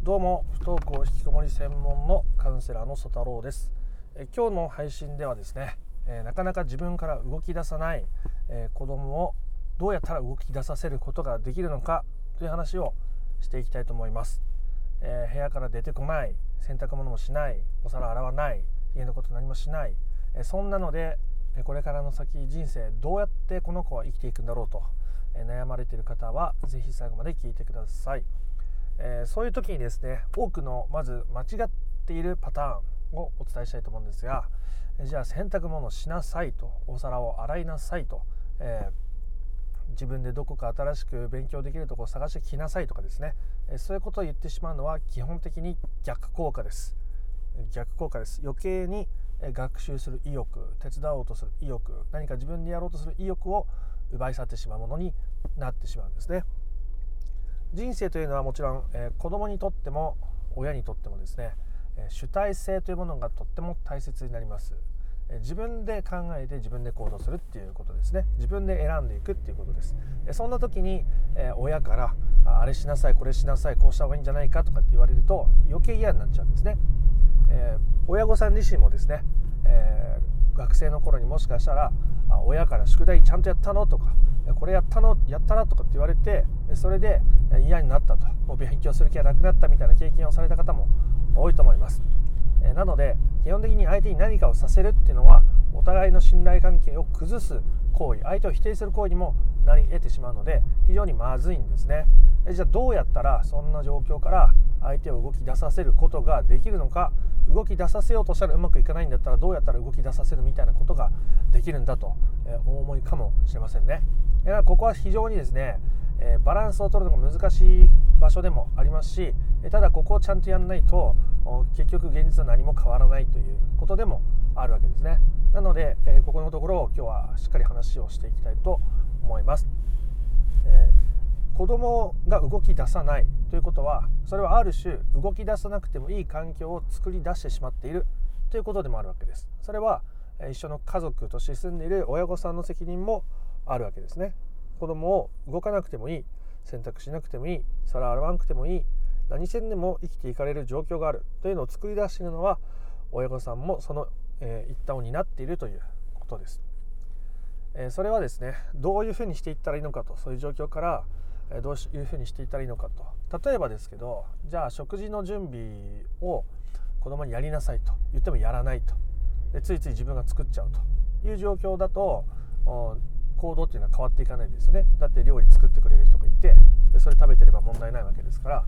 どうも、不登校引きこもり専門のカウンセラーの曽太郎です。今日の配信ではですね、なかなか自分から動き出さない、子供をどうやったら動き出させることができるのかという話をしていきたいと思います。部屋から出てこない、洗濯物もしない、お皿洗わない、家のこと何もしない、そんなのでこれからの先人生どうやってこの子は生きていくんだろうと、悩まれている方はぜひ最後まで聞いてください。そういう時にですね、多くのまず間違っているパターンをお伝えしたいと思うんですが、じゃあ洗濯物をしなさいと、お皿を洗いなさいと、自分でどこか新しく勉強できるところを探してきなさいとかですね、そういうことを言ってしまうのは基本的に逆効果です。余計に学習する意欲、手伝おうとする意欲、何か自分でやろうとする意欲を奪い去ってしまうものになってしまうんですね。人生というのはもちろん、子供にとっても親にとってもですね、主体性というものがとっても大切になります。自分で考えて自分で行動するっていうことですね。自分で選んでいくっていうことです。そんな時に、親からあれしなさい、これしなさい、こうした方がいいんじゃないかとかって言われると余計嫌になっちゃうんですね。親御さん自身もですね、学生の頃にもしかしたら親から宿題ちゃんとやったのとか、これやったらとかって言われて、それで嫌になったと、もう勉強する気がなくなったみたいな経験をされた方も多いと思います。なので基本的に相手に何かをさせるっていうのはお互いの信頼関係を崩す行為、相手を否定する行為にもなり得てしまうので非常にまずいんですね。じゃあどうやったらそんな状況から相手を動き出させることができるのか、動き出させようとしたらうまくいかないんだったらどうやったら動き出させるみたいなことができるんだと、お思いかもしれませんね。ここは非常にですね、バランスを取るのが難しい場所でもありますし、ただここをちゃんとやらないと結局現実は何も変わらないということでもあるわけですね。なので、ここのところを今日はしっかり話をしていきたいと思います。子供が動き出さないということは、それはある種動き出さなくてもいい環境を作り出してしまっているということでもあるわけです。それは一緒の家族として住んでいる親御さんの責任もあるわけですね。子供を動かなくてもいい、洗濯しなくてもいい、皿洗わなくてもいい、何せんでも生きていかれる状況があるというのを作り出しているのは親御さんもその、一端を担っているということです。それはですね、どういうふうにしていったらいいのかと、そういう状況からどういうふうにしていったらいいのかと。例えばですけど、じゃあ食事の準備を子供にやりなさいと言ってもやらないと、でついつい自分が作っちゃうという状況だと行動っていうのは変わっていかないですよね。だって料理作ってくれる人がいて、それ食べてれば問題ないわけですから、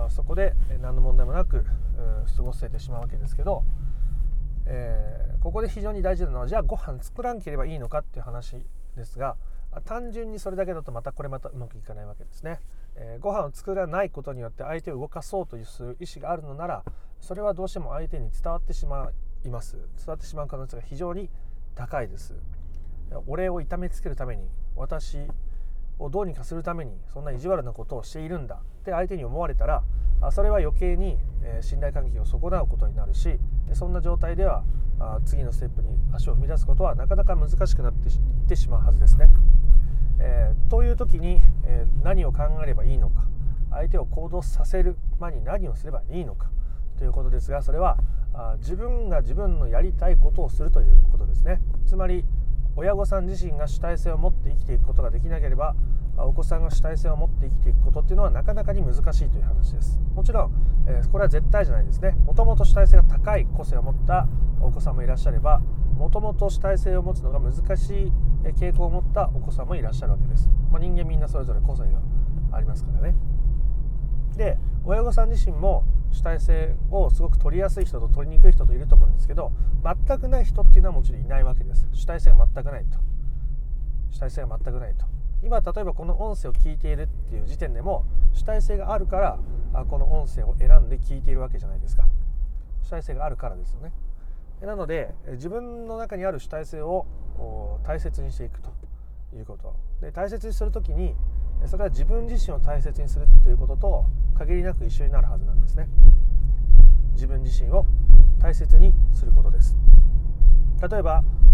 そこで何の問題もなく過ごせてしまうわけですけど、ここで非常に大事なのは、じゃあご飯作らんければいいのかっていう話ですが、単純にそれだけだとまたうまくいかないわけですね。ご飯を作らないことによって相手を動かそうという意思があるのなら、それはどうしても相手に伝わってしまいます。伝わってしまう可能性が非常に高いです。俺を痛めつけるために、私をどうにかするためにそんな意地悪なことをしているんだって相手に思われたら、それは余計に信頼関係を損なうことになるし、そんな状態では次のステップに足を踏み出すことはなかなか難しくなっていってしまうはずですね。という時に、何を考えればいいのか、相手を行動させる前に何をすればいいのかということですが、それは自分が自分のやりたいことをするということですね。つまり親御さん自身が主体性を持って生きていくことができなければ、お子さんが主体性を持って生きていくことっていうのはなかなかに難しいという話です。もちろん、これは絶対じゃないですね。もともと主体性が高い個性を持ったお子さんもいらっしゃれば、もともと主体性を持つのが難しい傾向を持ったお子さんもいらっしゃるわけです。人間みんなそれぞれ個性がありますからね。で、親御さん自身も主体性をすごく取りやすい人と取りにくい人といると思うんですけど、全くない人っていうのはもちろんいないわけです。主体性が全くないと。今例えばこの音声を聞いているっていう時点でも主体性があるからこの音声を選んで聞いているわけじゃないですか。主体性があるからですよね。なので自分の中にある主体性を大切にしていくということで、大切にするときにそれは自分自身を大切にするということと限りなく一緒になるはずなんですね。自分自身を大切にすることです。例えば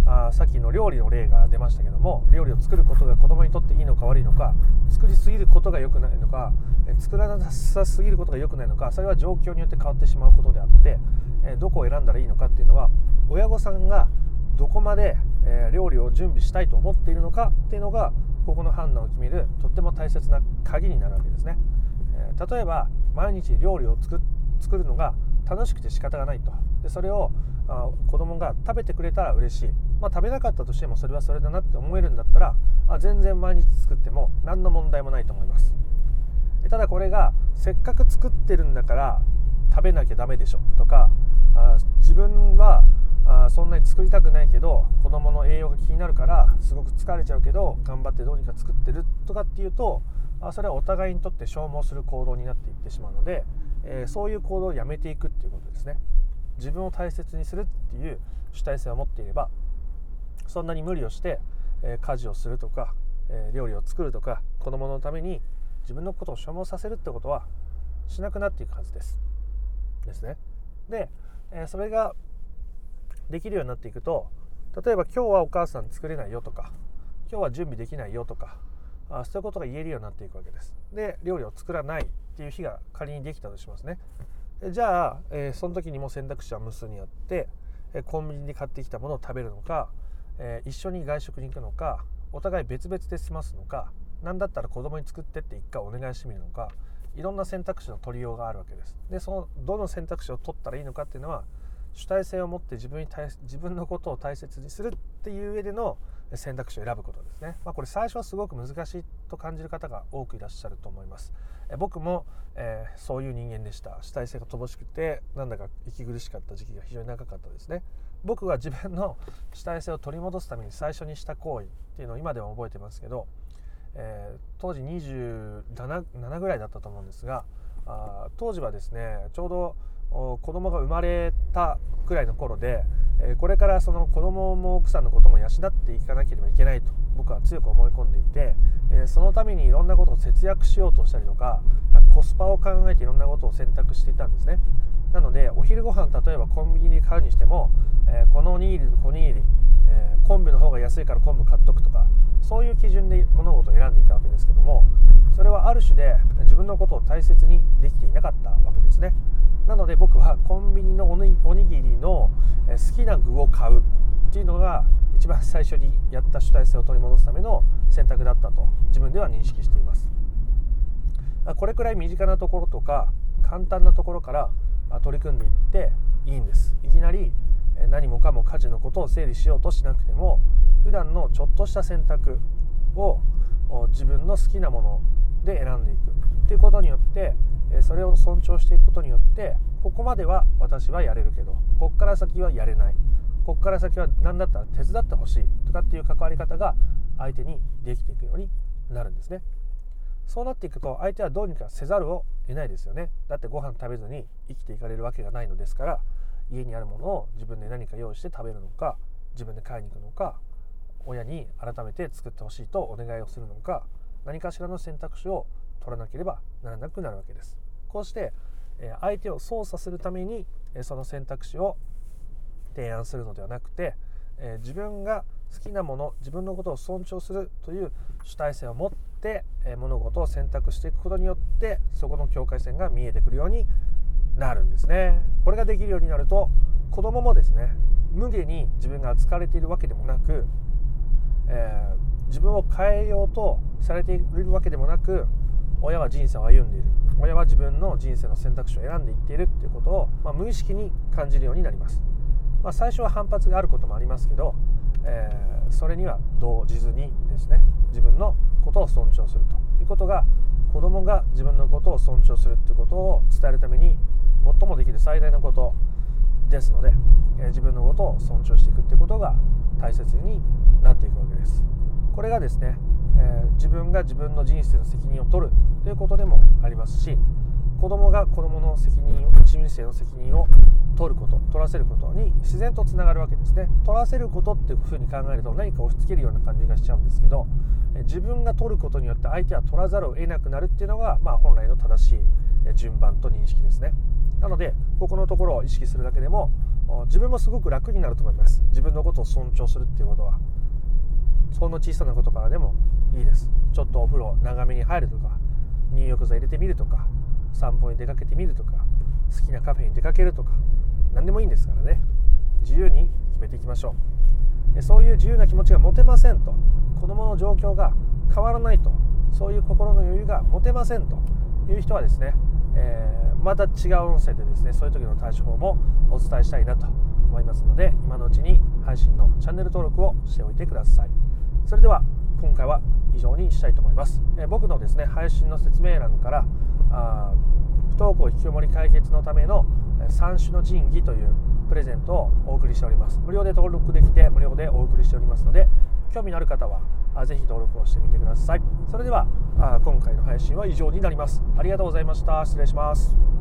さっきの料理の例が出ましたけども、料理を作ることが子供にとっていいのか悪いのか、作りすぎることが良くないのか、作らなさすぎることが良くないのか、それは状況によって変わってしまうことであって、どこを選んだらいいのかっていうのは、親御さんがどこまで料理を準備したいと思っているのかっていうのが、ここの判断を決めるとっても大切な鍵になるわけですね。例えば毎日料理を作るのが楽しくて仕方がないと。でそれを子供が食べてくれたら嬉しい、食べなかったとしてもそれはそれだなって思えるんだったら、全然毎日作っても何の問題もないと思います。ただこれがせっかく作ってるんだから食べなきゃダメでしょとか、自分はそんなに作りたくないけど子供の栄養が気になるからすごく疲れちゃうけど頑張ってどうにか作ってるとかっていうと、それはお互いにとって消耗する行動になっていってしまうので、そういう行動をやめていくっていうことですね。自分を大切にするっていう主体性を持っていれば、そんなに無理をして、家事をするとか、料理を作るとか、子供のために自分のことを消耗させるってことはしなくなっていくはずですね。で、それができるようになっていくと、例えば今日はお母さん作れないよとか、今日は準備できないよとか、そういうことが言えるようになっていくわけです。で、料理を作らないっていう日が仮にできたとしますね。じゃあ、その時にも選択肢は無数にあって、コンビニで買ってきたものを食べるのか、一緒に外食に行くのか、お互い別々で済ますのか、なんだったら子供に作ってって一回お願いしてみるのか、いろんな選択肢の取りようがあるわけです。で、そのどの選択肢を取ったらいいのかっていうのは、主体性を持って自分のことを大切にするっていう上での選択肢を選ぶことですね。これ最初はすごく難しいと感じる方が多くいらっしゃると思います。僕も、そういう人間でした。主体性が乏しくてなんだか息苦しかった時期が非常に長かったですね。僕は自分の主体性を取り戻すために最初にした行為っていうのを今でも覚えてますけど、当時27ぐらいだったと思うんですが、当時はですね、ちょうど子供が生まれたくらいの頃で、これからその子供も奥さんのことも養っていかなければいけないと僕は強く思い込んでいて、そのためにいろんなことを節約しようとしたりとか、コスパを考えていろんなことを選択していたんですね。なのでお昼ご飯、例えばコンビニで買うにしても、このおにぎりと小にぎり、昆布の方が安いから昆布買っとくとか、そういう基準で物事を選んでいたわけですけども、それはある種で自分のことを大切にできていなかったわけですね。なので僕はコンビニのおにぎりの好きな具を買うっていうのが一番最初にやった主体性を取り戻すための選択だったと自分では認識しています。これくらい身近なところとか簡単なところから取り組んでいっていいんです。いきなり何もかも家事のことを整理しようとしなくても、普段のちょっとした選択を自分の好きなもので選んでいくっていうことによって、それを尊重していくことによって、ここまでは私はやれるけどここから先はやれない、ここから先は何だったら手伝ってほしいとかっていう関わり方が相手にできていくようになるんですね。そうなっていくと相手はどうにかせざるを得ないですよね。だってご飯食べずに生きていかれるわけがないのですから、家にあるものを自分で何か用意して食べるのか、自分で買いに行くのか、親に改めて作ってほしいとお願いをするのか、何かしらの選択肢を取らなければならなくなるわけです。こうして相手を操作するためにその選択肢を提案するのではなくて、自分が好きなもの、自分のことを尊重するという主体性を持って物事を選択していくことによって、そこの境界線が見えてくるようになるんですね。これができるようになると、子供もですね、無下に自分が扱われているわけでもなく、自分を変えようとされているわけでもなく、親は人生を歩んでいる、親は自分の人生の選択肢を選んでいっているっていうことを、無意識に感じるようになります。最初は反発があることもありますけど、それには動じずにですね、自分のことを尊重するということが、子供が自分のことを尊重するということを伝えるために最もできる最大のことですので、自分のことを尊重していくということが大切になっていくわけです。これがですね、自分が自分の人生の責任を取るということでもありますし、子供が子供の責任を、人生の責任を取らせることに自然とつながるわけですね。取らせることっていうふうに考えると何か押し付けるような感じがしちゃうんですけど、自分が取ることによって相手は取らざるを得なくなるっていうのが、本来の正しい順番と認識ですね。なのでここのところを意識するだけでも自分もすごく楽になると思います。自分のことを尊重するっていうことはその小さなことからでもいいです。ちょっとお風呂長めに入るとか、入浴剤入れてみるとか、散歩に出かけてみるとか、好きなカフェに出かけるとか、何でもいいんですからね、自由に決めていきましょう。そういう自由な気持ちが持てませんと、子どもの状況が変わらないと、そういう心の余裕が持てませんという人はですね、また違う音声でですね、そういう時の対処法もお伝えしたいなと思いますので、今のうちに配信のチャンネル登録をしておいてください。それでは今回は以上にしたいと思います。僕のですね、配信の説明欄から不登校引きこもり解決のための三種の神器というプレゼントをお送りしております。無料で登録できて無料でお送りしておりますので、興味のある方はぜひ登録をしてみてください。それでは今回の配信は以上になります。ありがとうございました。失礼します。